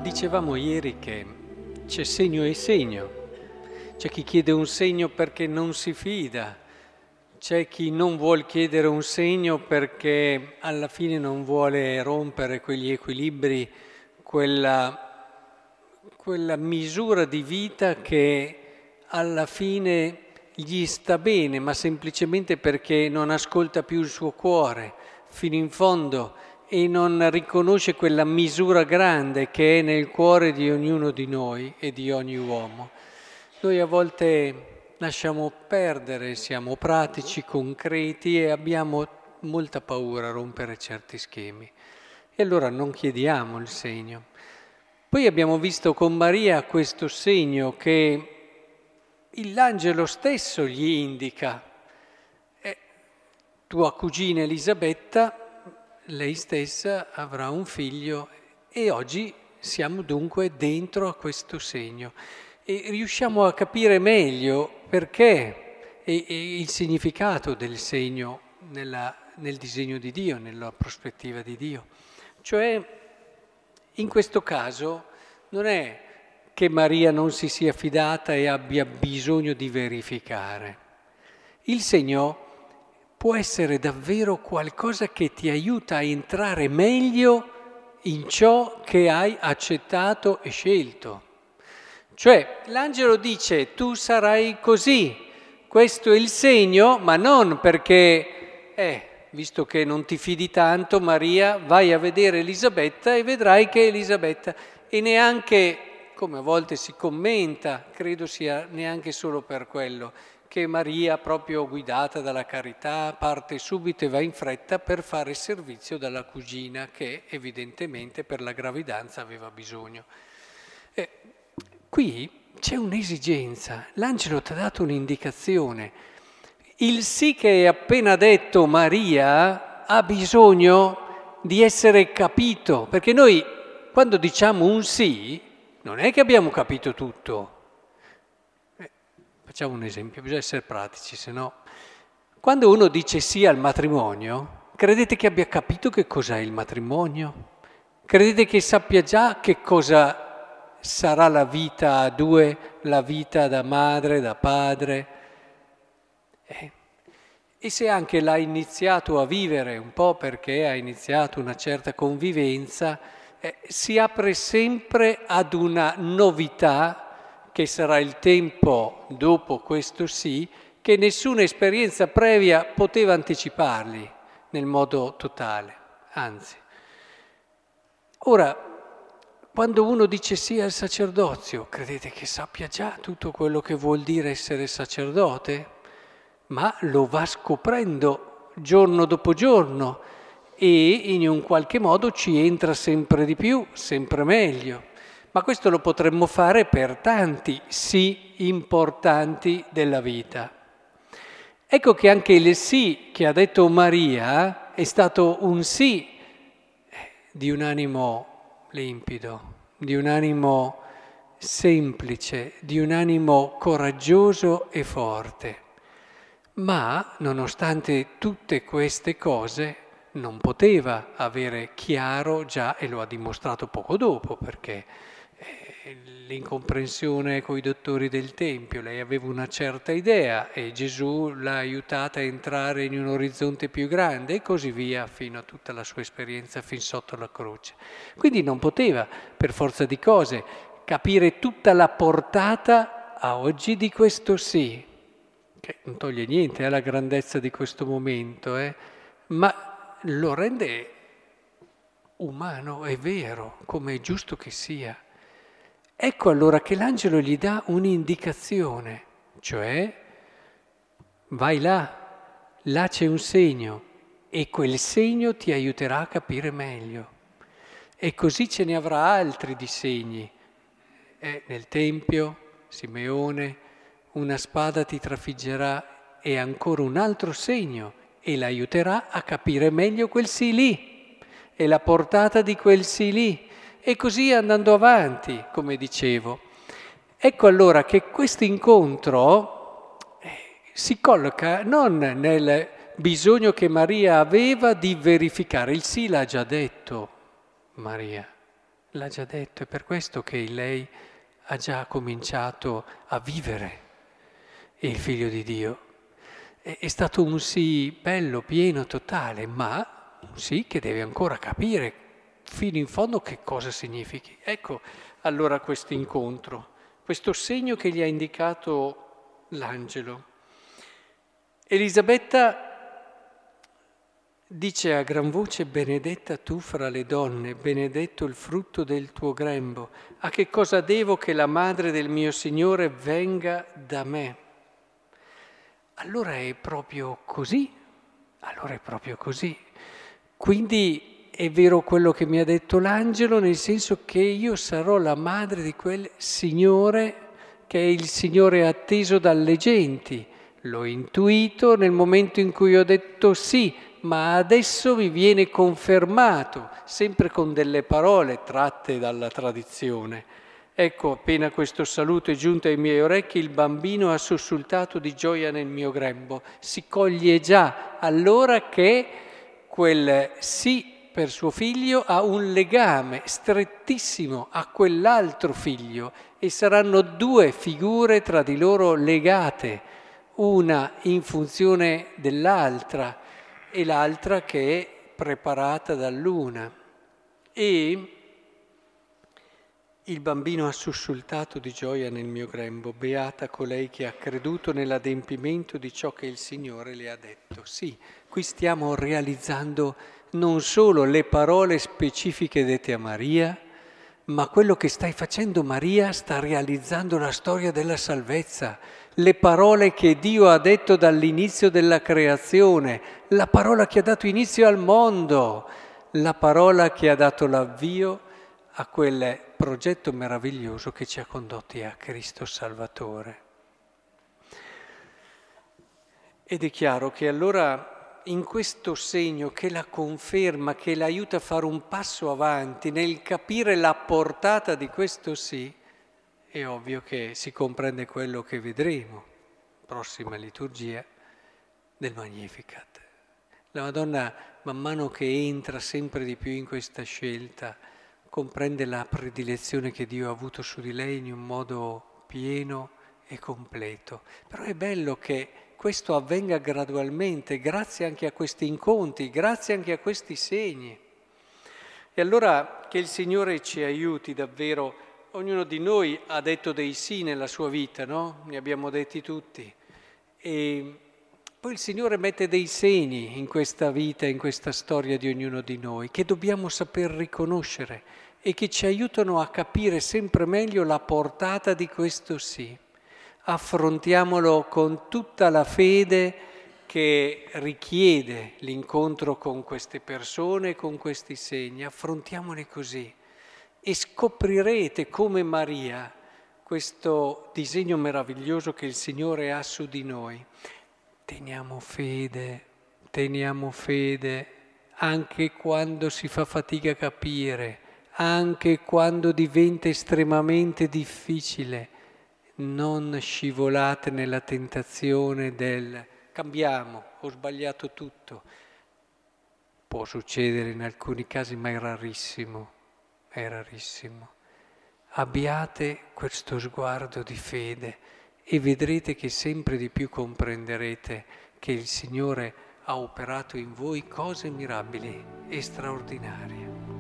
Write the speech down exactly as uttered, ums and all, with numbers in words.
Dicevamo ieri che c'è segno e segno, c'è chi chiede un segno perché non si fida, c'è chi non vuol chiedere un segno perché alla fine non vuole rompere quegli equilibri, quella, quella misura di vita che alla fine gli sta bene, ma semplicemente perché non ascolta più il suo cuore fino in fondo e non riconosce quella misura grande che è nel cuore di ognuno di noi e di ogni uomo. Noi a volte lasciamo perdere, siamo pratici, concreti e abbiamo molta paura a rompere certi schemi. E allora non chiediamo il segno. Poi abbiamo visto con Maria questo segno che l'angelo stesso gli indica. Eh, tua cugina Elisabetta, lei stessa avrà un figlio e oggi siamo dunque dentro a questo segno e riusciamo a capire meglio perché e, e il significato del segno nella, nel disegno di Dio, nella prospettiva di Dio. Cioè, in questo caso non è che Maria non si sia fidata e abbia bisogno di verificare. Il segno può essere davvero qualcosa che ti aiuta a entrare meglio in ciò che hai accettato e scelto. Cioè, l'angelo dice, tu sarai così, questo è il segno, ma non perché, eh, visto che non ti fidi tanto, Maria, vai a vedere Elisabetta e vedrai che Elisabetta, e neanche, come a volte si commenta, credo sia neanche solo per quello, che Maria, proprio guidata dalla carità, parte subito e va in fretta per fare servizio dalla cugina che evidentemente per la gravidanza aveva bisogno. Eh, qui c'è un'esigenza, l'angelo ti ha dato un'indicazione. Il sì che hai appena detto Maria ha bisogno di essere capito, perché noi quando diciamo un sì non è che abbiamo capito tutto. Facciamo un esempio, bisogna essere pratici, se no. Quando uno dice sì al matrimonio, credete che abbia capito che cos'è il matrimonio? Credete che sappia già che cosa sarà la vita a due, la vita da madre, da padre? Eh. E se anche l'ha iniziato a vivere un po' perché ha iniziato una certa convivenza, eh, si apre sempre ad una novità che sarà il tempo dopo questo sì, che nessuna esperienza previa poteva anticiparli nel modo totale, anzi. Ora, quando uno dice sì al sacerdozio, credete che sappia già tutto quello che vuol dire essere sacerdote? Ma lo va scoprendo giorno dopo giorno e in un qualche modo ci entra sempre di più, sempre meglio. Ma questo lo potremmo fare per tanti sì importanti della vita. Ecco che anche il sì che ha detto Maria è stato un sì di un animo limpido, di un animo semplice, di un animo coraggioso e forte. Ma, nonostante tutte queste cose, non poteva avere chiaro già, e lo ha dimostrato poco dopo, perché l'incomprensione coi dottori del Tempio, lei aveva una certa idea e Gesù l'ha aiutata a entrare in un orizzonte più grande e così via fino a tutta la sua esperienza fin sotto la croce. Quindi non poteva, per forza di cose, capire tutta la portata a oggi di questo sì, che non toglie niente alla grandezza di questo momento, eh, ma lo rende umano e vero, come è giusto che sia. Ecco allora che l'angelo gli dà un'indicazione, cioè vai là, là c'è un segno e quel segno ti aiuterà a capire meglio. E così ce ne avrà altri di segni. Eh, nel Tempio, Simeone, una spada ti trafiggerà e ancora un altro segno e l'aiuterà a capire meglio quel sì lì e la portata di quel sì lì. E così andando avanti, come dicevo. Ecco allora che questo incontro eh, si colloca non nel bisogno che Maria aveva di verificare, il sì l'ha già detto Maria, l'ha già detto, è per questo che lei ha già cominciato a vivere il Figlio di Dio. È, è stato un sì bello, pieno, totale, ma un sì che deve ancora capire fino in fondo che cosa significhi. Ecco allora questo incontro, questo segno che gli ha indicato l'angelo. Elisabetta dice a gran voce: benedetta tu fra le donne, benedetto il frutto del tuo grembo. A che cosa devo che la madre del mio Signore venga da me? Allora è proprio così, allora è proprio così. Quindi è vero quello che mi ha detto l'angelo, nel senso che io sarò la madre di quel Signore che è il Signore atteso dalle genti. L'ho intuito nel momento in cui ho detto sì, ma adesso mi viene confermato, sempre con delle parole tratte dalla tradizione. Ecco, appena questo saluto è giunto ai miei orecchi, il bambino ha sussultato di gioia nel mio grembo. Si coglie già allora che quel sì per suo figlio ha un legame strettissimo a quell'altro figlio e saranno due figure tra di loro legate, una in funzione dell'altra e l'altra che è preparata dall'una. E il bambino ha sussultato di gioia nel mio grembo, beata colei che ha creduto nell'adempimento di ciò che il Signore le ha detto. Sì, qui stiamo realizzando non solo le parole specifiche dette a Maria, ma quello che stai facendo Maria sta realizzando la storia della salvezza, le parole che Dio ha detto dall'inizio della creazione, la parola che ha dato inizio al mondo, la parola che ha dato l'avvio a quel progetto meraviglioso che ci ha condotti a Cristo Salvatore. Ed è chiaro che allora in questo segno che la conferma, che l'aiuta a fare un passo avanti nel capire la portata di questo sì, è ovvio che si comprende quello che vedremo, prossima liturgia, del Magnificat. La Madonna, man mano che entra sempre di più in questa scelta, comprende la predilezione che Dio ha avuto su di lei in un modo pieno e completo. Però è bello che questo avvenga gradualmente, grazie anche a questi incontri, grazie anche a questi segni. E allora che il Signore ci aiuti davvero. Ognuno di noi ha detto dei sì nella sua vita, no? Ne abbiamo detti tutti. E poi il Signore mette dei segni in questa vita, in questa storia di ognuno di noi, che dobbiamo saper riconoscere e che ci aiutano a capire sempre meglio la portata di questo sì. Affrontiamolo con tutta la fede che richiede l'incontro con queste persone, con questi segni. Affrontiamoli così e scoprirete come Maria questo disegno meraviglioso che il Signore ha su di noi. Teniamo fede, teniamo fede anche quando si fa fatica a capire, anche quando diventa estremamente difficile. Non scivolate nella tentazione del cambiamo, ho sbagliato tutto. Può succedere in alcuni casi, ma è rarissimo, è rarissimo. Abbiate questo sguardo di fede e vedrete che sempre di più comprenderete che il Signore ha operato in voi cose mirabili e straordinarie.